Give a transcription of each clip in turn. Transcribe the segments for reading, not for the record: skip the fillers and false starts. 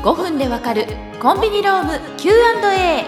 5分でわかるコンビニローム Q&A。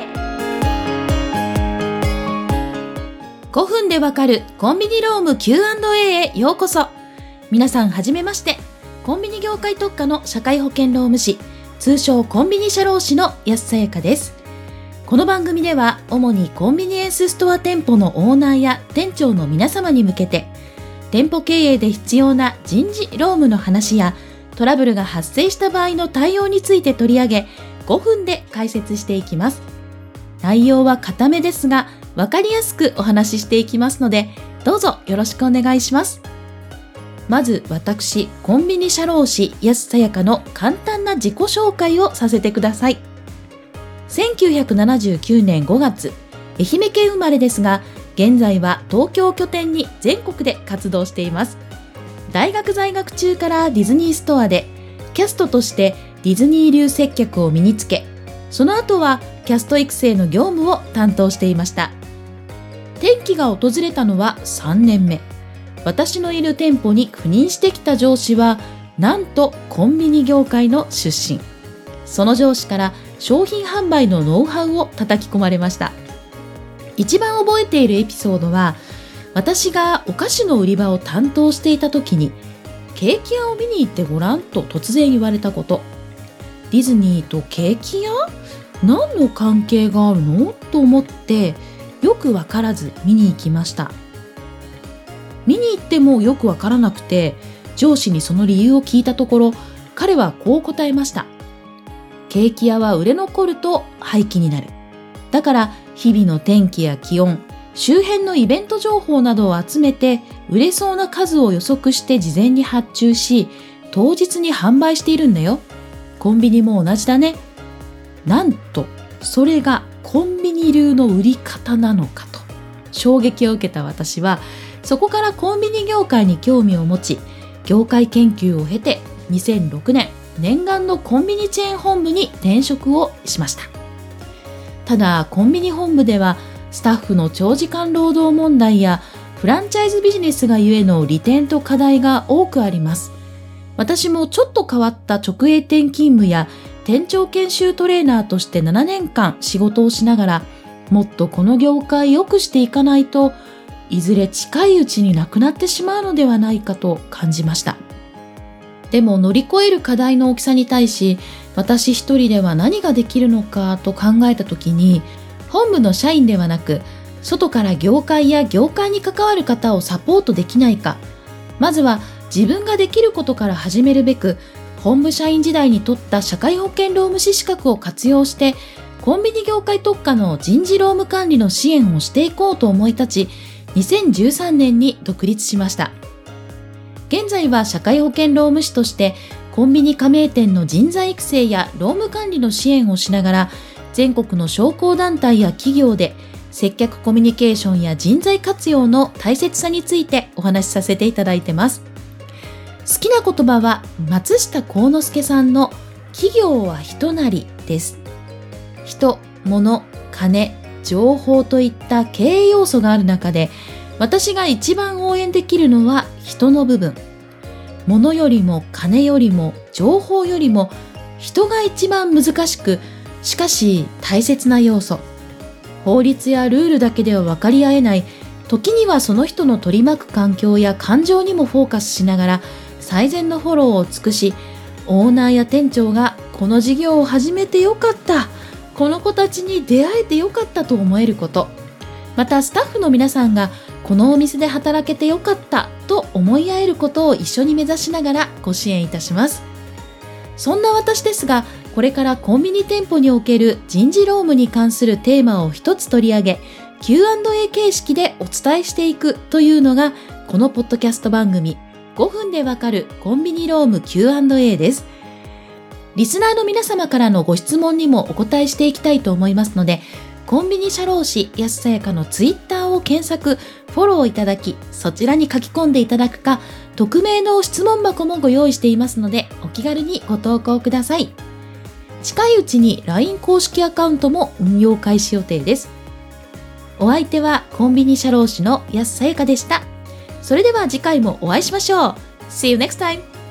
5分でわかるコンビニローム Q&A へようこそ。皆さんはじめまして。コンビニ業界特化の社会保険労務士、通称コンビニ社労士の安さやかです。この番組では主にコンビニエンスストア店舗のオーナーや店長の皆様に向けて、店舗経営で必要な人事労務の話やトラブルが発生した場合の対応について取り上げ、5分で解説していきます。内容は固めですが分かりやすくお話ししていきますので、どうぞよろしくお願いします。まず私コンビニ社労士安さやかの簡単な自己紹介をさせてください。1979年5月愛媛県生まれですが、現在は東京を拠点に全国で活動しています。大学在学中からディズニーストアでキャストとしてディズニー流接客を身につけ、その後はキャスト育成の業務を担当していました。転機が訪れたのは3年目。私のいる店舗に赴任してきた上司はなんとコンビニ業界の出身。その上司から商品販売のノウハウを叩き込まれました。一番覚えているエピソードは、私がお菓子の売り場を担当していた時に、ケーキ屋を見に行ってごらんと突然言われたこと。ディズニーとケーキ屋？何の関係があるの？と思ってよくわからず見に行きました。見に行ってもよくわからなくて、上司にその理由を聞いたところ、彼はこう答えました。ケーキ屋は売れ残ると廃棄になる。だから日々の天気や気温、周辺のイベント情報などを集めて売れそうな数を予測して事前に発注し、当日に販売しているんだよ。コンビニも同じだね。なんとそれがコンビニ流の売り方なのかと衝撃を受けた私は、そこからコンビニ業界に興味を持ち、業界研究を経て2006年念願のコンビニチェーン本部に転職をしました。ただコンビニ本部ではスタッフの長時間労働問題やフランチャイズビジネスがゆえの利点と課題が多くあります。私もちょっと変わった直営店勤務や店長研修トレーナーとして7年間仕事をしながら、もっとこの業界良くしていかないといずれ近いうちになくなってしまうのではないかと感じました。でも乗り越える課題の大きさに対し、私一人では何ができるのかと考えたときに、本部の社員ではなく、外から業界や業界に関わる方をサポートできないか、まずは自分ができることから始めるべく、本部社員時代に取った社会保険労務士資格を活用して、コンビニ業界特化の人事労務管理の支援をしていこうと思い立ち、2013年に独立しました。現在は社会保険労務士として、コンビニ加盟店の人材育成や労務管理の支援をしながら、全国の商工団体や企業で接客コミュニケーションや人材活用の大切さについてお話しさせていただいてます。好きな言葉は松下幸之助さんの企業は人なりです。人、物、金、情報といった経営要素がある中で、私が一番応援できるのは人の部分。物よりも金よりも情報よりも人が一番難しく、しかし大切な要素。法律やルールだけでは分かり合えない、時にはその人の取り巻く環境や感情にもフォーカスしながら最善のフォローを尽くし、オーナーや店長がこの事業を始めてよかった、この子たちに出会えてよかったと思えること、またスタッフの皆さんがこのお店で働けてよかったと思い合えることを一緒に目指しながらご支援いたします。そんな私ですが、これからコンビニ店舗における人事労務に関するテーマを一つ取り上げ、Q&A 形式でお伝えしていくというのが、このポッドキャスト番組5分でわかるコンビニ労務 Q&A です。リスナーの皆様からのご質問にもお答えしていきたいと思いますので、コンビニ社労士安さやかのツイッターを検索、フォローいただき、そちらに書き込んでいただくか、匿名の質問箱もご用意していますので、お気軽にご投稿ください。近いうちに LINE 公式アカウントも運用開始予定です。お相手はコンビニ社労士の安さやかでした。それでは次回もお会いしましょう。See you next time!